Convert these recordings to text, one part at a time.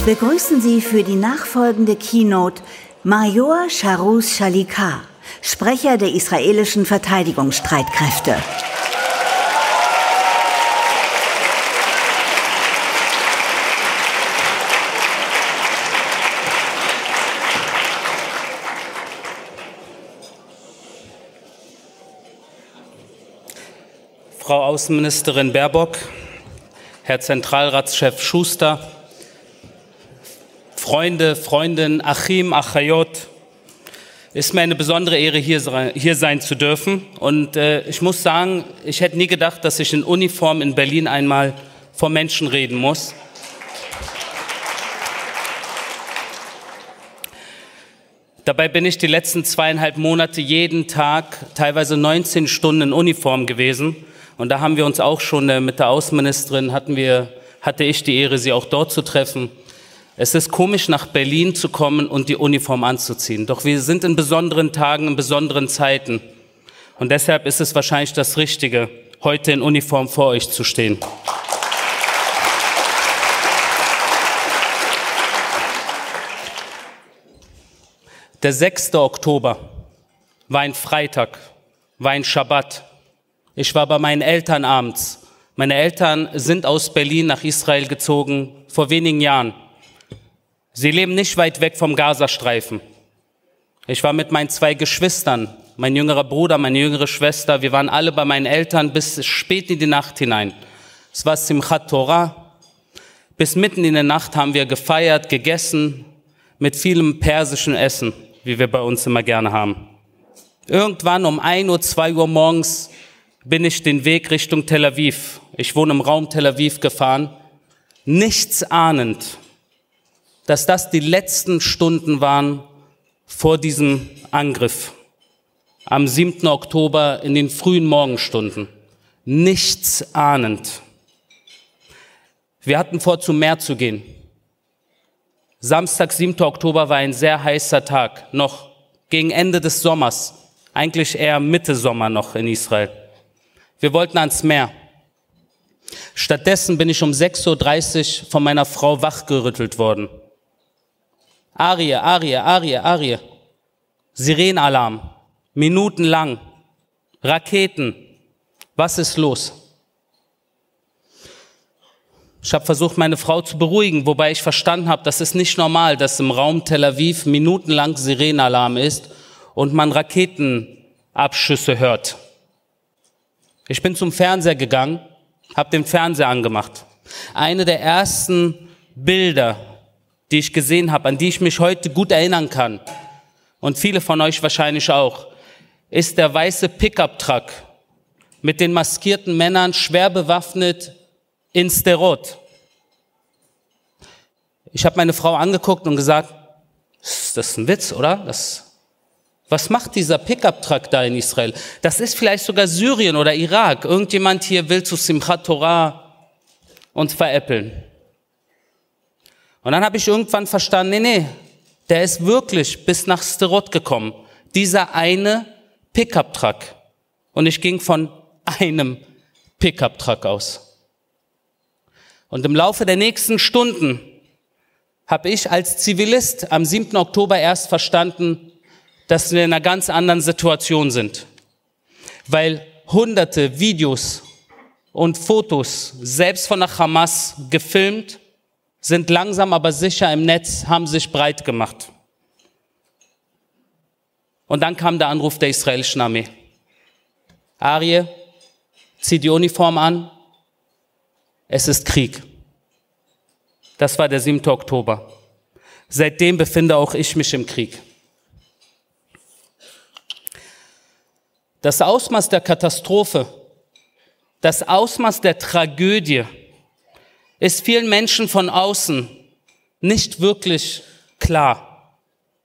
Begrüßen Sie für die nachfolgende Keynote Major Charus Shalikar, Sprecher der israelischen Verteidigungsstreitkräfte. Frau Außenministerin Baerbock, Herr Zentralratschef Schuster, Freunde, Freundinnen, Achim, Achayot, ist mir eine besondere Ehre, hier sein zu dürfen. Und ich muss sagen, ich hätte nie gedacht, dass ich in Uniform in Berlin einmal vor Menschen reden muss. Dabei bin ich die letzten 2,5 Monate jeden Tag, teilweise 19 Stunden in Uniform gewesen. Und da haben wir uns auch schon mit der Außenministerin, hatte ich die Ehre, sie auch dort zu treffen. Es ist komisch, nach Berlin zu kommen und die Uniform anzuziehen. Doch wir sind in besonderen Tagen, in besonderen Zeiten. Und deshalb ist es wahrscheinlich das Richtige, heute in Uniform vor euch zu stehen. Der 6. Oktober war ein Freitag, war ein Schabbat. Ich war bei meinen Eltern abends. Meine Eltern sind aus Berlin nach Israel gezogen vor wenigen Jahren. Sie leben nicht weit weg vom Gazastreifen. Ich war mit meinen 2 Geschwistern, mein jüngerer Bruder, meine jüngere Schwester, wir waren alle bei meinen Eltern bis spät in die Nacht hinein. Es war Simchat Torah. Bis mitten in der Nacht haben wir gefeiert, gegessen, mit vielem persischen Essen, wie wir bei uns immer gerne haben. Irgendwann um 1 Uhr, 2 Uhr morgens bin ich den Weg Richtung Tel Aviv. Ich wohne im Raum Tel Aviv gefahren, nichts ahnend, dass das die letzten Stunden waren vor diesem Angriff. Am 7. Oktober in den frühen Morgenstunden. Nichts ahnend. Wir hatten vor, zum Meer zu gehen. Samstag, 7. Oktober war ein sehr heißer Tag, noch gegen Ende des Sommers. Eigentlich eher Mitte Sommer noch in Israel. Wir wollten ans Meer. Stattdessen bin ich um 6.30 Uhr von meiner Frau wachgerüttelt worden. Arie, Arie, Arie, Arie. Sirenenalarm. Minutenlang. Raketen. Was ist los? Ich habe versucht, meine Frau zu beruhigen, wobei ich verstanden habe, das ist nicht normal, dass im Raum Tel Aviv minutenlang Sirenenalarm ist und man Raketenabschüsse hört. Ich bin zum Fernseher gegangen, habe den Fernseher angemacht. Eine der ersten Bilder, die ich gesehen habe, an die ich mich heute gut erinnern kann, und viele von euch wahrscheinlich auch, ist der weiße Pickup-Truck mit den maskierten Männern, schwer bewaffnet, in Sderot. Ich habe meine Frau angeguckt und gesagt, das ist ein Witz, oder? Was macht dieser Pickup-Truck da in Israel? Das ist vielleicht sogar Syrien oder Irak. Irgendjemand hier will zu Simchat Torah uns veräppeln. Und dann habe ich irgendwann verstanden, nee, der ist wirklich bis nach Sderot gekommen. Dieser eine Pickup-Truck. Und ich ging von einem Pickup-Truck aus. Und im Laufe der nächsten Stunden habe ich als Zivilist am 7. Oktober erst verstanden, dass wir in einer ganz anderen Situation sind. Weil hunderte Videos und Fotos, selbst von der Hamas, gefilmt, sind langsam aber sicher im Netz, haben sich breit gemacht. Und dann kam der Anruf der israelischen Armee. Arie, zieh die Uniform an, es ist Krieg. Das war der 7. Oktober. Seitdem befinde auch ich mich im Krieg. Das Ausmaß der Katastrophe, das Ausmaß der Tragödie ist vielen Menschen von außen nicht wirklich klar.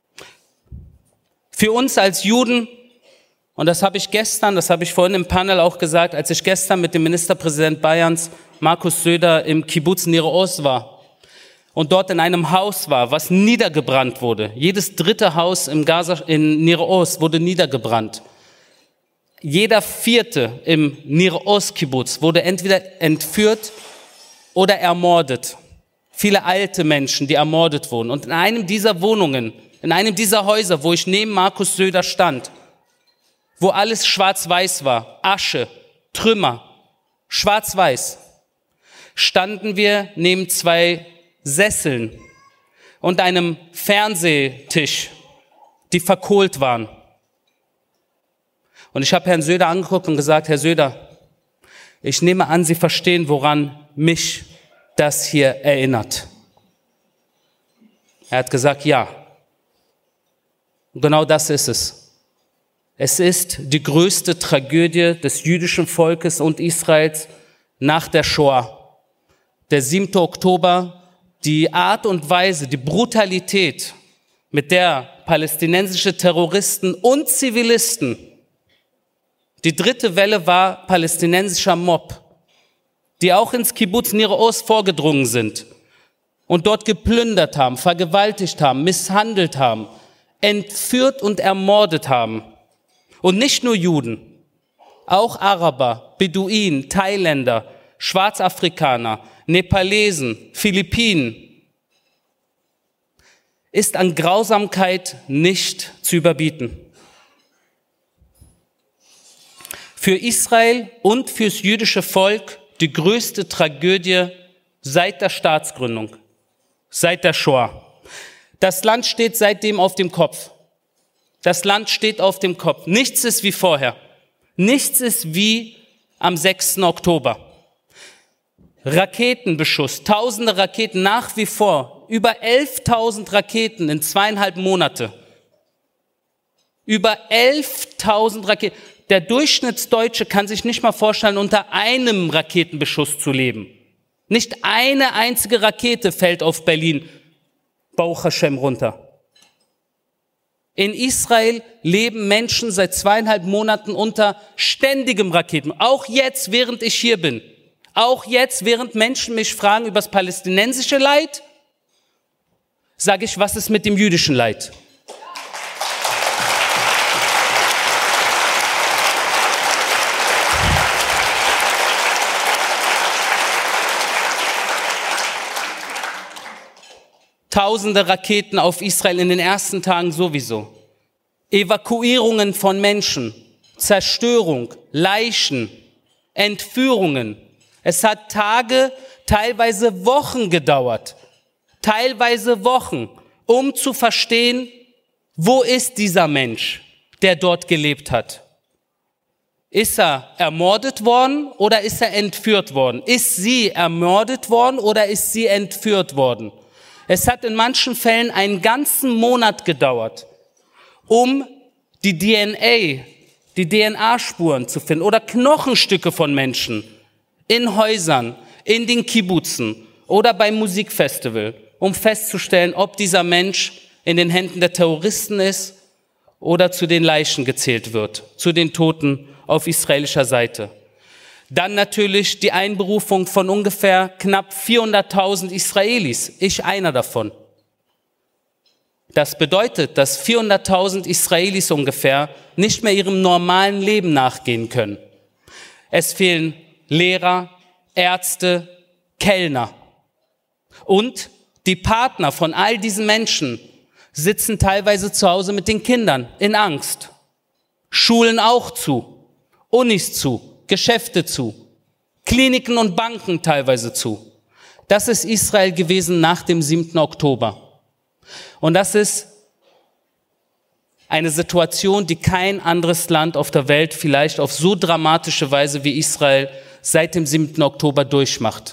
Für uns als Juden, und das habe ich vorhin im Panel auch gesagt, als ich gestern mit dem Ministerpräsident Bayerns, Markus Söder, im Kibbutz Nir Oz war und dort in einem Haus war, was niedergebrannt wurde. Jedes 3. Haus in Nir Oz wurde niedergebrannt. Jeder 4. im Nir Oz Kibbutz wurde entweder entführt oder ermordet viele alte Menschen, die ermordet wurden. Und in einem dieser Wohnungen, in einem dieser Häuser, wo ich neben Markus Söder stand, wo alles schwarz-weiß war, Asche, Trümmer, schwarz-weiß, standen wir neben 2 Sesseln und einem Fernsehtisch, die verkohlt waren. Und ich habe Herrn Söder angeguckt und gesagt, Herr Söder, ich nehme an, Sie verstehen, woran mich das hier erinnert. Er hat gesagt, ja. Und genau das ist es. Es ist die größte Tragödie des jüdischen Volkes und Israels nach der Shoah. Der 7. Oktober, die Art und Weise, die Brutalität, mit der palästinensische Terroristen und Zivilisten, die 3. Welle war palästinensischer Mob, die auch ins Kibbutz Nir Oz vorgedrungen sind und dort geplündert haben, vergewaltigt haben, misshandelt haben, entführt und ermordet haben. Und nicht nur Juden, auch Araber, Beduinen, Thailänder, Schwarzafrikaner, Nepalesen, Philippinen, ist an Grausamkeit nicht zu überbieten. Für Israel und fürs jüdische Volk die größte Tragödie seit der Staatsgründung, seit der Shoah. Das Land steht seitdem auf dem Kopf. Das Land steht auf dem Kopf. Nichts ist wie vorher. Nichts ist wie am 6. Oktober. Raketenbeschuss, tausende Raketen nach wie vor, über 11.000 Raketen in 2,5 Monate. Über 11.000 Raketen. Der Durchschnittsdeutsche kann sich nicht mal vorstellen, unter einem Raketenbeschuss zu leben. Nicht eine einzige Rakete fällt auf Berlin, Baruch Hashem, runter. In Israel leben Menschen seit 2,5 Monaten unter ständigem Raketen. Auch jetzt, während ich hier bin. Auch jetzt, während Menschen mich fragen über das palästinensische Leid, sage ich, was ist mit dem jüdischen Leid? Tausende Raketen auf Israel in den ersten Tagen sowieso. Evakuierungen von Menschen, Zerstörung, Leichen, Entführungen. Es hat Tage, teilweise Wochen gedauert. Teilweise Wochen, um zu verstehen, wo ist dieser Mensch, der dort gelebt hat? Ist er ermordet worden oder ist er entführt worden? Ist sie ermordet worden oder ist sie entführt worden? Es hat in manchen Fällen einen ganzen Monat gedauert, um die DNA, die DNA-Spuren zu finden oder Knochenstücke von Menschen in Häusern, in den Kibbutzen oder beim Musikfestival, um festzustellen, ob dieser Mensch in den Händen der Terroristen ist oder zu den Leichen gezählt wird, zu den Toten auf israelischer Seite. Dann natürlich die Einberufung von ungefähr knapp 400.000 Israelis, ich einer davon. Das bedeutet, dass 400.000 Israelis ungefähr nicht mehr ihrem normalen Leben nachgehen können. Es fehlen Lehrer, Ärzte, Kellner. Und die Partner von all diesen Menschen sitzen teilweise zu Hause mit den Kindern in Angst. Schulen auch zu, Unis zu. Geschäfte zu, Kliniken und Banken teilweise zu. Das ist Israel gewesen nach dem 7. Oktober. Und das ist eine Situation, die kein anderes Land auf der Welt vielleicht auf so dramatische Weise wie Israel seit dem 7. Oktober durchmacht.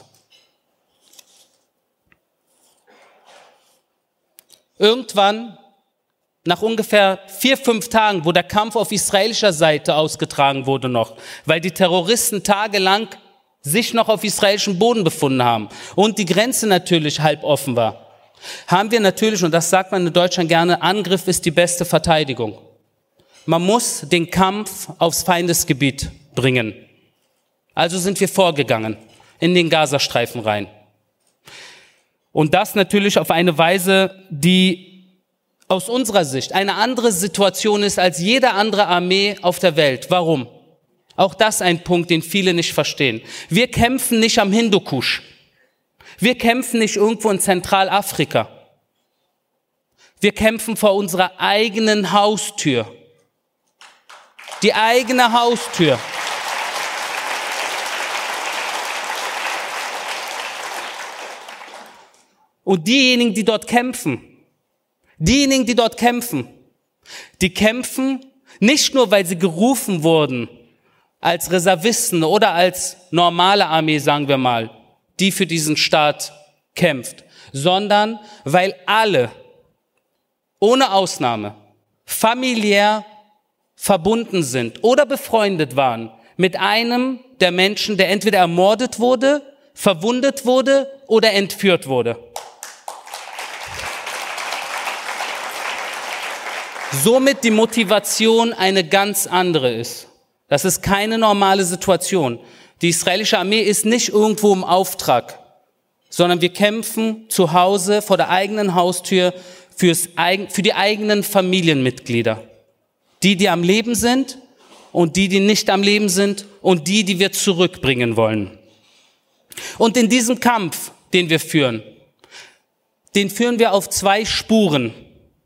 Irgendwann, nach ungefähr 4-5 Tagen, wo der Kampf auf israelischer Seite ausgetragen wurde noch, weil die Terroristen tagelang sich noch auf israelischem Boden befunden haben und die Grenze natürlich halb offen war, haben wir natürlich, und das sagt man in Deutschland gerne, Angriff ist die beste Verteidigung. Man muss den Kampf aufs Feindesgebiet bringen. Also sind wir vorgegangen in den Gazastreifen rein. Und das natürlich auf eine Weise, die aus unserer Sicht eine andere Situation ist als jede andere Armee auf der Welt. Warum? Auch das ein Punkt, den viele nicht verstehen. Wir kämpfen nicht am Hindukusch. Wir kämpfen nicht irgendwo in Zentralafrika. Wir kämpfen vor unserer eigenen Haustür. Die eigene Haustür. Und diejenigen, die dort kämpfen, die kämpfen nicht nur, weil sie gerufen wurden als Reservisten oder als normale Armee, sagen wir mal, die für diesen Staat kämpft, sondern weil alle, ohne Ausnahme, familiär verbunden sind oder befreundet waren mit einem der Menschen, der entweder ermordet wurde, verwundet wurde oder entführt wurde. Somit die Motivation eine ganz andere ist. Das ist keine normale Situation. Die israelische Armee ist nicht irgendwo im Auftrag, sondern wir kämpfen zu Hause vor der eigenen Haustür für die eigenen Familienmitglieder. Die am Leben sind und die nicht am Leben sind und die wir zurückbringen wollen. Und in diesem Kampf, den wir führen, den führen wir auf 2 Spuren.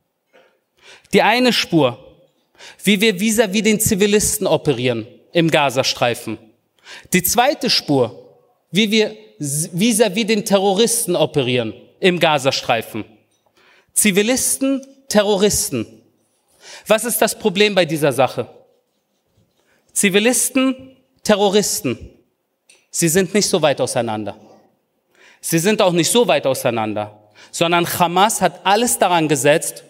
Die eine Spur, wie wir vis-à-vis den Zivilisten operieren im Gazastreifen. Die zweite Spur, wie wir vis-à-vis den Terroristen operieren im Gazastreifen. Zivilisten, Terroristen. Was ist das Problem bei dieser Sache? Zivilisten, Terroristen, sie sind nicht so weit auseinander. Sie sind auch nicht so weit auseinander, sondern Hamas hat alles daran gesetzt,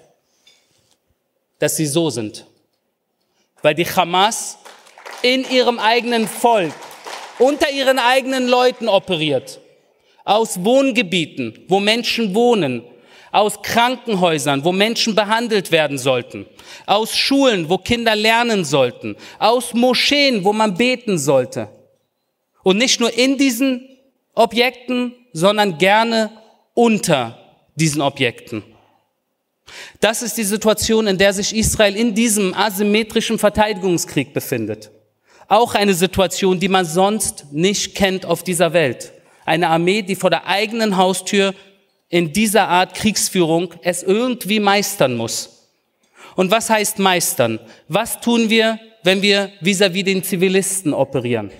dass sie so sind. Weil die Hamas in ihrem eigenen Volk, unter ihren eigenen Leuten operiert. Aus Wohngebieten, wo Menschen wohnen. Aus Krankenhäusern, wo Menschen behandelt werden sollten. Aus Schulen, wo Kinder lernen sollten. Aus Moscheen, wo man beten sollte. Und nicht nur in diesen Objekten, sondern gerne unter diesen Objekten. Das ist die Situation, in der sich Israel in diesem asymmetrischen Verteidigungskrieg befindet. Auch eine Situation, die man sonst nicht kennt auf dieser Welt. Eine Armee, die vor der eigenen Haustür in dieser Art Kriegsführung es irgendwie meistern muss. Und was heißt meistern? Was tun wir, wenn wir vis-à-vis den Zivilisten operieren?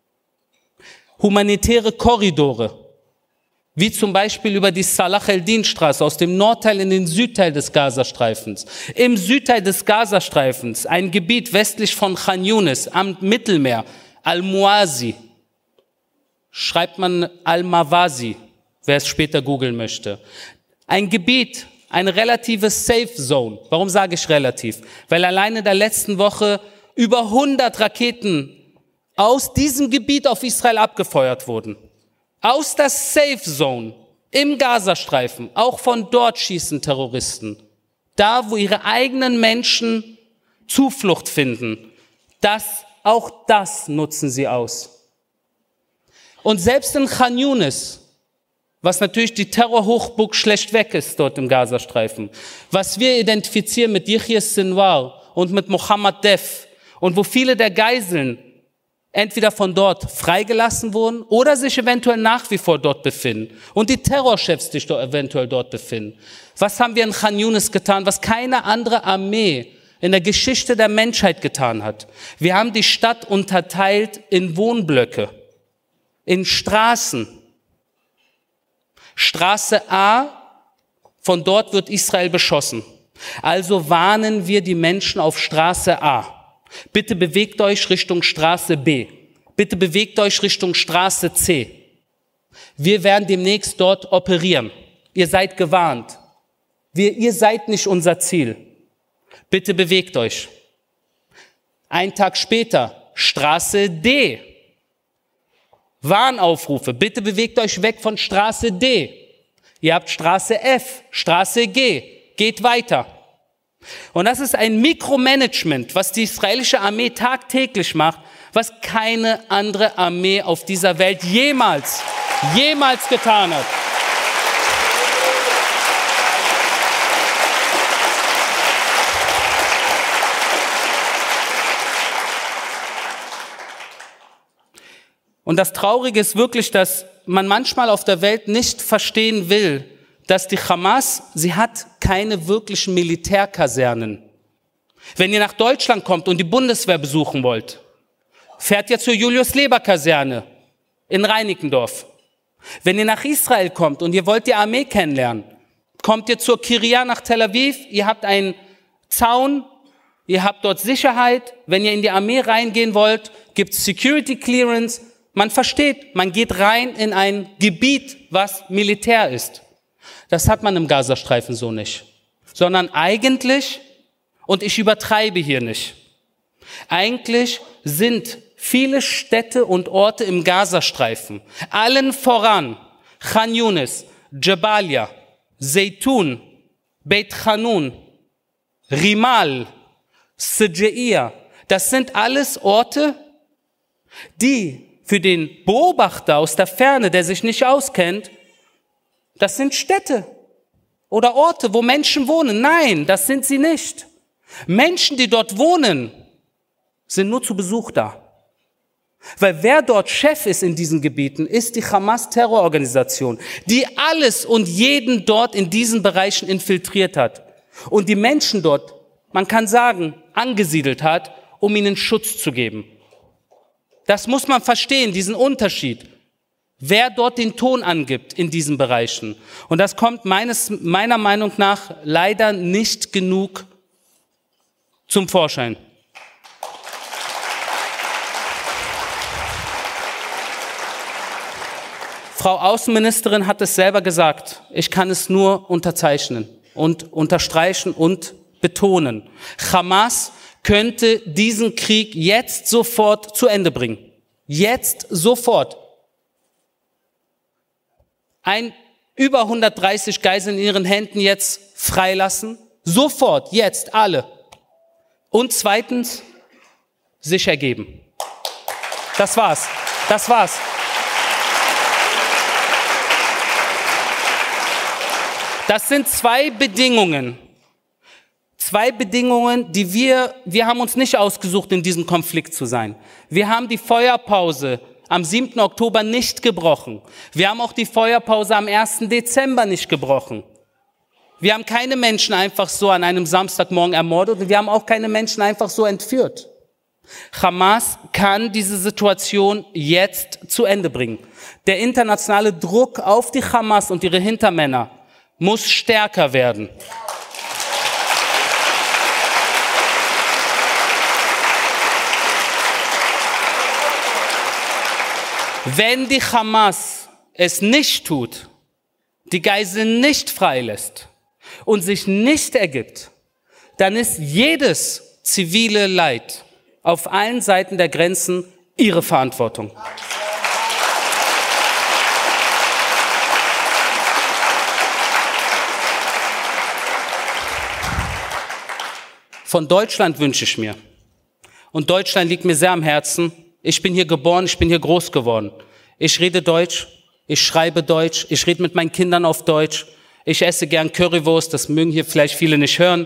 Humanitäre Korridore, wie zum Beispiel über die Salah el-Din-Straße aus dem Nordteil in den Südteil des Gazastreifens. Im Südteil des Gazastreifens, ein Gebiet westlich von Khan Yunis am Mittelmeer, Al-Muazi, schreibt man Al-Mawasi, wer es später googeln möchte. Ein Gebiet, eine relative Safe Zone. Warum sage ich relativ? Weil alleine in der letzten Woche über 100 Raketen aus diesem Gebiet auf Israel abgefeuert wurden. Aus der Safe Zone im Gazastreifen, auch von dort schießen Terroristen. Da, wo ihre eigenen Menschen Zuflucht finden, auch das nutzen sie aus. Und selbst in Khan Yunis, was natürlich die Terrorhochburg schlechtweg ist dort im Gazastreifen, was wir identifizieren mit Yahya Sinwar und mit Mohammed Def und wo viele der Geiseln entweder von dort freigelassen wurden oder sich eventuell nach wie vor dort befinden und die Terrorchefs sich eventuell dort befinden. Was haben wir in Khan Yunis getan, was keine andere Armee in der Geschichte der Menschheit getan hat? Wir haben die Stadt unterteilt in Wohnblöcke, in Straßen. Straße A, von dort wird Israel beschossen. Also warnen wir die Menschen auf Straße A. Bitte bewegt euch Richtung Straße B. Bitte bewegt euch Richtung Straße C. Wir werden demnächst dort operieren. Ihr seid gewarnt. Ihr seid nicht unser Ziel. Bitte bewegt euch. Ein Tag später, Straße D. Warnaufrufe. Bitte bewegt euch weg von Straße D. Ihr habt Straße F, Straße G. Geht weiter. Und das ist ein Mikromanagement, was die israelische Armee tagtäglich macht, was keine andere Armee auf dieser Welt jemals getan hat. Und das Traurige ist wirklich, dass man manchmal auf der Welt nicht verstehen will, dass die Hamas, sie hat keine wirklichen Militärkasernen. Wenn ihr nach Deutschland kommt und die Bundeswehr besuchen wollt, fährt ihr zur Julius-Leber-Kaserne in Reinickendorf. Wenn ihr nach Israel kommt und ihr wollt die Armee kennenlernen, kommt ihr zur Kiria nach Tel Aviv, ihr habt einen Zaun, ihr habt dort Sicherheit. Wenn ihr in die Armee reingehen wollt, gibt es Security Clearance. Man versteht, man geht rein in ein Gebiet, was Militär ist. Das hat man im Gazastreifen so nicht. Sondern eigentlich, und ich übertreibe hier nicht, eigentlich sind viele Städte und Orte im Gazastreifen, allen voran Khan Yunis, Jabalia, Zeytun, Beit Hanun, Rimal, Sejia, das sind alles Orte, die für den Beobachter aus der Ferne, der sich nicht auskennt, das sind Städte oder Orte, wo Menschen wohnen. Nein, das sind sie nicht. Menschen, die dort wohnen, sind nur zu Besuch da. Weil wer dort Chef ist in diesen Gebieten, ist die Hamas-Terrororganisation, die alles und jeden dort in diesen Bereichen infiltriert hat und die Menschen dort, man kann sagen, angesiedelt hat, um ihnen Schutz zu geben. Das muss man verstehen, diesen Unterschied, wer dort den Ton angibt in diesen Bereichen. Und das kommt meiner Meinung nach leider nicht genug zum Vorschein. Frau Außenministerin hat es selber gesagt. Ich kann es nur unterzeichnen und unterstreichen und betonen. Hamas könnte diesen Krieg jetzt sofort zu Ende bringen. Jetzt sofort. Über 130 Geiseln in ihren Händen jetzt freilassen. Sofort, jetzt, alle. Und zweitens, sich ergeben. Das war's. Das war's. Das sind zwei Bedingungen. Zwei Bedingungen, die wir haben uns nicht ausgesucht, in diesem Konflikt zu sein. Wir haben die Feuerpause am 7. Oktober nicht gebrochen. Wir haben auch die Feuerpause am 1. Dezember nicht gebrochen. Wir haben keine Menschen einfach so an einem Samstagmorgen ermordet und wir haben auch keine Menschen einfach so entführt. Hamas kann diese Situation jetzt zu Ende bringen. Der internationale Druck auf die Hamas und ihre Hintermänner muss stärker werden. Wenn die Hamas es nicht tut, die Geiseln nicht freilässt und sich nicht ergibt, dann ist jedes zivile Leid auf allen Seiten der Grenzen ihre Verantwortung. Von Deutschland wünsche ich mir, und Deutschland liegt mir sehr am Herzen, ich bin hier geboren, ich bin hier groß geworden. Ich rede Deutsch, ich schreibe Deutsch, ich rede mit meinen Kindern auf Deutsch, ich esse gern Currywurst, das mögen hier vielleicht viele nicht hören.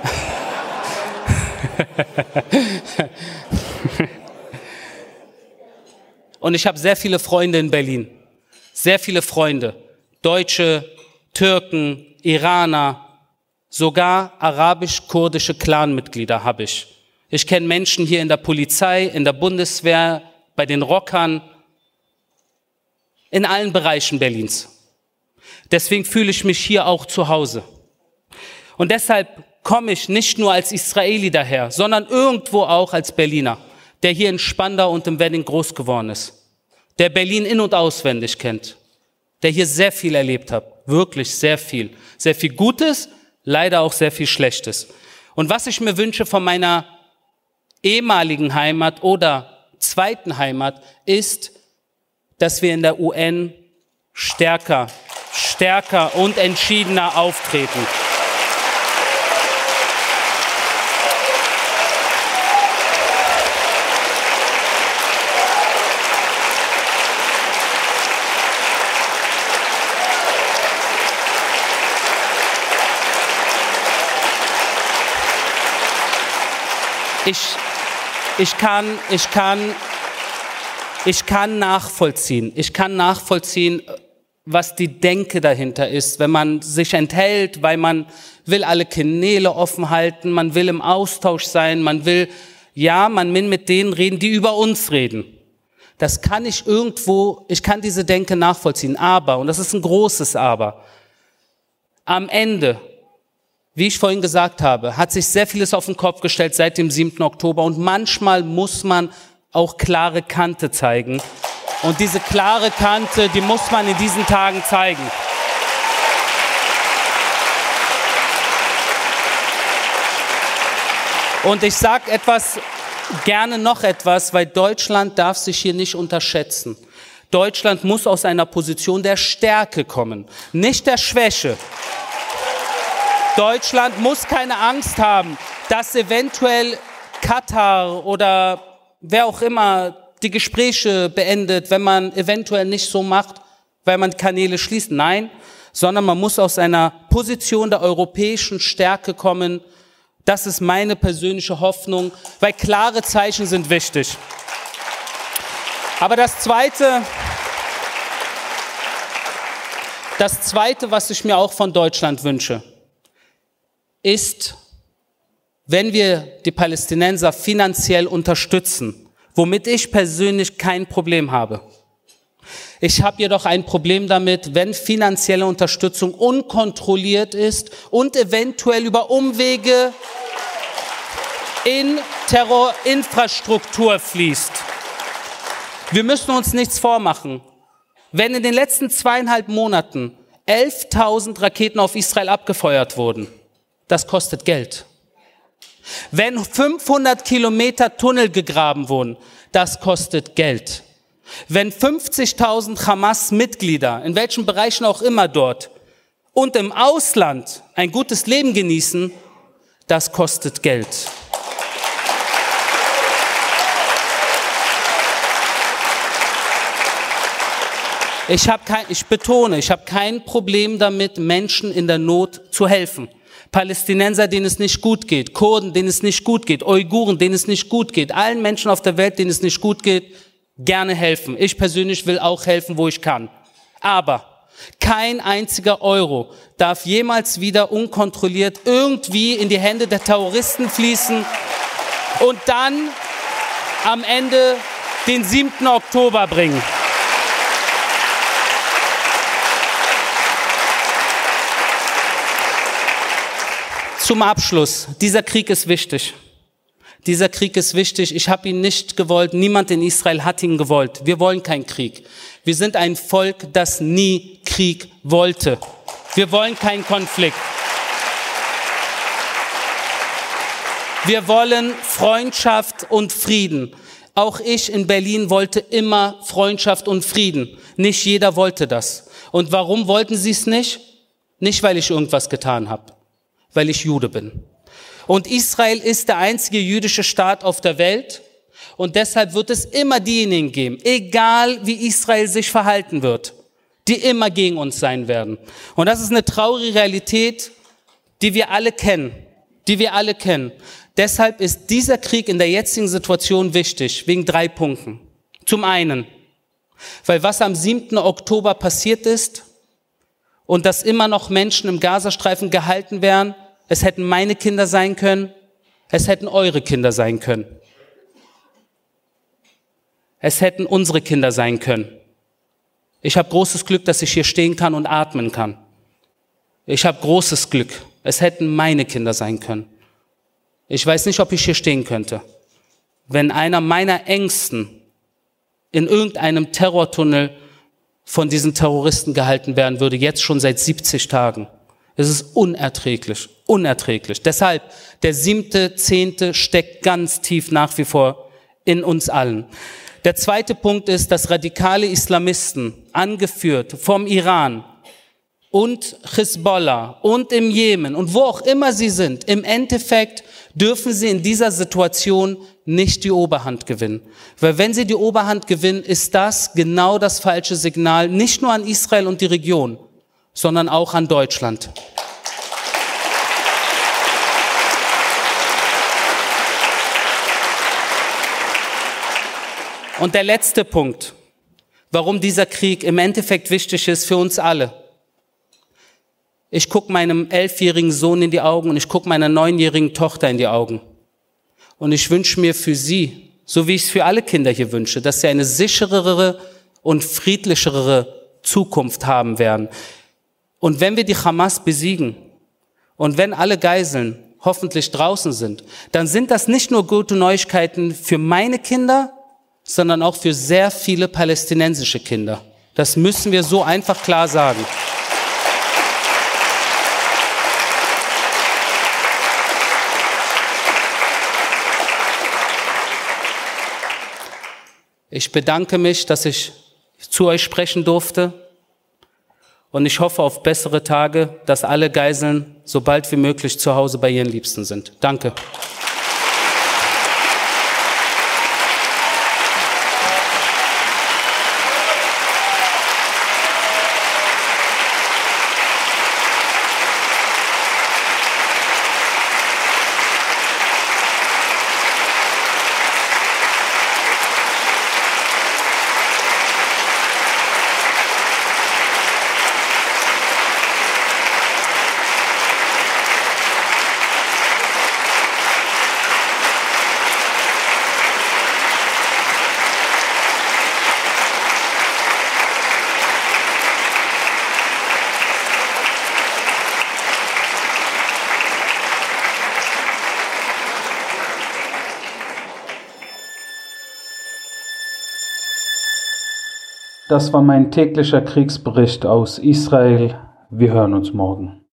Und ich habe sehr viele Freunde in Berlin, sehr viele Freunde, Deutsche, Türken, Iraner, sogar arabisch-kurdische Clanmitglieder habe ich. Ich kenne Menschen hier in der Polizei, in der Bundeswehr, bei den Rockern, in allen Bereichen Berlins. Deswegen fühle ich mich hier auch zu Hause. Und deshalb komme ich nicht nur als Israeli daher, sondern irgendwo auch als Berliner, der hier in Spandau und im Wedding groß geworden ist, der Berlin in- und auswendig kennt, der hier sehr viel erlebt hat, wirklich sehr viel Gutes, leider auch sehr viel Schlechtes. Und was ich mir wünsche von meiner ehemaligen Heimat oder zweiten Heimat ist, dass wir in der UN stärker und entschiedener auftreten. Ich kann nachvollziehen, was die Denke dahinter ist, wenn man sich enthält, weil man will alle Kanäle offen halten, man will im Austausch sein, man will mit denen reden, die über uns reden. Das kann ich kann diese Denke nachvollziehen, aber, und das ist ein großes Aber, am Ende, wie ich vorhin gesagt habe, hat sich sehr vieles auf den Kopf gestellt seit dem 7. Oktober und manchmal muss man auch klare Kante zeigen. Und diese klare Kante, die muss man in diesen Tagen zeigen. Und ich sage gerne noch etwas, weil Deutschland darf sich hier nicht unterschätzen. Deutschland muss aus einer Position der Stärke kommen, nicht der Schwäche. Deutschland muss keine Angst haben, dass eventuell Katar oder wer auch immer die Gespräche beendet, wenn man eventuell nicht so macht, weil man Kanäle schließt. Nein, sondern man muss aus einer Position der europäischen Stärke kommen. Das ist meine persönliche Hoffnung, weil klare Zeichen sind wichtig. Aber das Zweite, was ich mir auch von Deutschland wünsche, ist, wenn wir die Palästinenser finanziell unterstützen, womit ich persönlich kein Problem habe. Ich habe jedoch ein Problem damit, wenn finanzielle Unterstützung unkontrolliert ist und eventuell über Umwege in Terrorinfrastruktur fließt. Wir müssen uns nichts vormachen. Wenn in den letzten 2,5 Monaten 11.000 Raketen auf Israel abgefeuert wurden, das kostet Geld. Wenn 500 Kilometer Tunnel gegraben wurden, das kostet Geld. Wenn 50.000 Hamas-Mitglieder, in welchen Bereichen auch immer dort, und im Ausland ein gutes Leben genießen, das kostet Geld. Ich betone, ich habe kein Problem damit, Menschen in der Not zu helfen. Palästinenser, denen es nicht gut geht, Kurden, denen es nicht gut geht, Uiguren, denen es nicht gut geht, allen Menschen auf der Welt, denen es nicht gut geht, gerne helfen. Ich persönlich will auch helfen, wo ich kann. Aber kein einziger Euro darf jemals wieder unkontrolliert irgendwie in die Hände der Terroristen fließen und dann am Ende den 7. Oktober bringen. Zum Abschluss, dieser Krieg ist wichtig. Dieser Krieg ist wichtig. Ich habe ihn nicht gewollt. Niemand in Israel hat ihn gewollt. Wir wollen keinen Krieg. Wir sind ein Volk, das nie Krieg wollte. Wir wollen keinen Konflikt. Wir wollen Freundschaft und Frieden. Auch ich in Berlin wollte immer Freundschaft und Frieden. Nicht jeder wollte das. Und warum wollten sie es nicht? Nicht, weil ich irgendwas getan habe. Weil ich Jude bin. Und Israel ist der einzige jüdische Staat auf der Welt und deshalb wird es immer diejenigen geben, egal wie Israel sich verhalten wird, die immer gegen uns sein werden. Und das ist eine traurige Realität, die wir alle kennen. Deshalb ist dieser Krieg in der jetzigen Situation wichtig, wegen 3 Punkten. Zum einen, weil was am 7. Oktober passiert ist und dass immer noch Menschen im Gazastreifen gehalten werden, es hätten meine Kinder sein können, es hätten eure Kinder sein können. Es hätten unsere Kinder sein können. Ich habe großes Glück, dass ich hier stehen kann und atmen kann. Ich habe großes Glück. Es hätten meine Kinder sein können. Ich weiß nicht, ob ich hier stehen könnte, wenn einer meiner Ängsten in irgendeinem Terrortunnel von diesen Terroristen gehalten werden würde, jetzt schon seit 70 Tagen. Es ist unerträglich, unerträglich. Deshalb, der 7.10. steckt ganz tief nach wie vor in uns allen. Der zweite Punkt ist, dass radikale Islamisten, angeführt vom Iran und Hisbollah und im Jemen und wo auch immer sie sind, im Endeffekt dürfen sie in dieser Situation nicht die Oberhand gewinnen. Weil wenn sie die Oberhand gewinnen, ist das genau das falsche Signal, nicht nur an Israel und die Region, sondern auch an Deutschland. Und der letzte Punkt, warum dieser Krieg im Endeffekt wichtig ist für uns alle. Ich gucke meinem 11-jährigen Sohn in die Augen und ich gucke meiner 9-jährigen Tochter in die Augen. Und ich wünsche mir für sie, so wie ich es für alle Kinder hier wünsche, dass sie eine sicherere und friedlichere Zukunft haben werden. Und wenn wir die Hamas besiegen und wenn alle Geiseln hoffentlich draußen sind, dann sind das nicht nur gute Neuigkeiten für meine Kinder, sondern auch für sehr viele palästinensische Kinder. Das müssen wir so einfach klar sagen. Ich bedanke mich, dass ich zu euch sprechen durfte und ich hoffe auf bessere Tage, dass alle Geiseln so bald wie möglich zu Hause bei ihren Liebsten sind. Danke. Das war mein täglicher Kriegsbericht aus Israel. Wir hören uns morgen.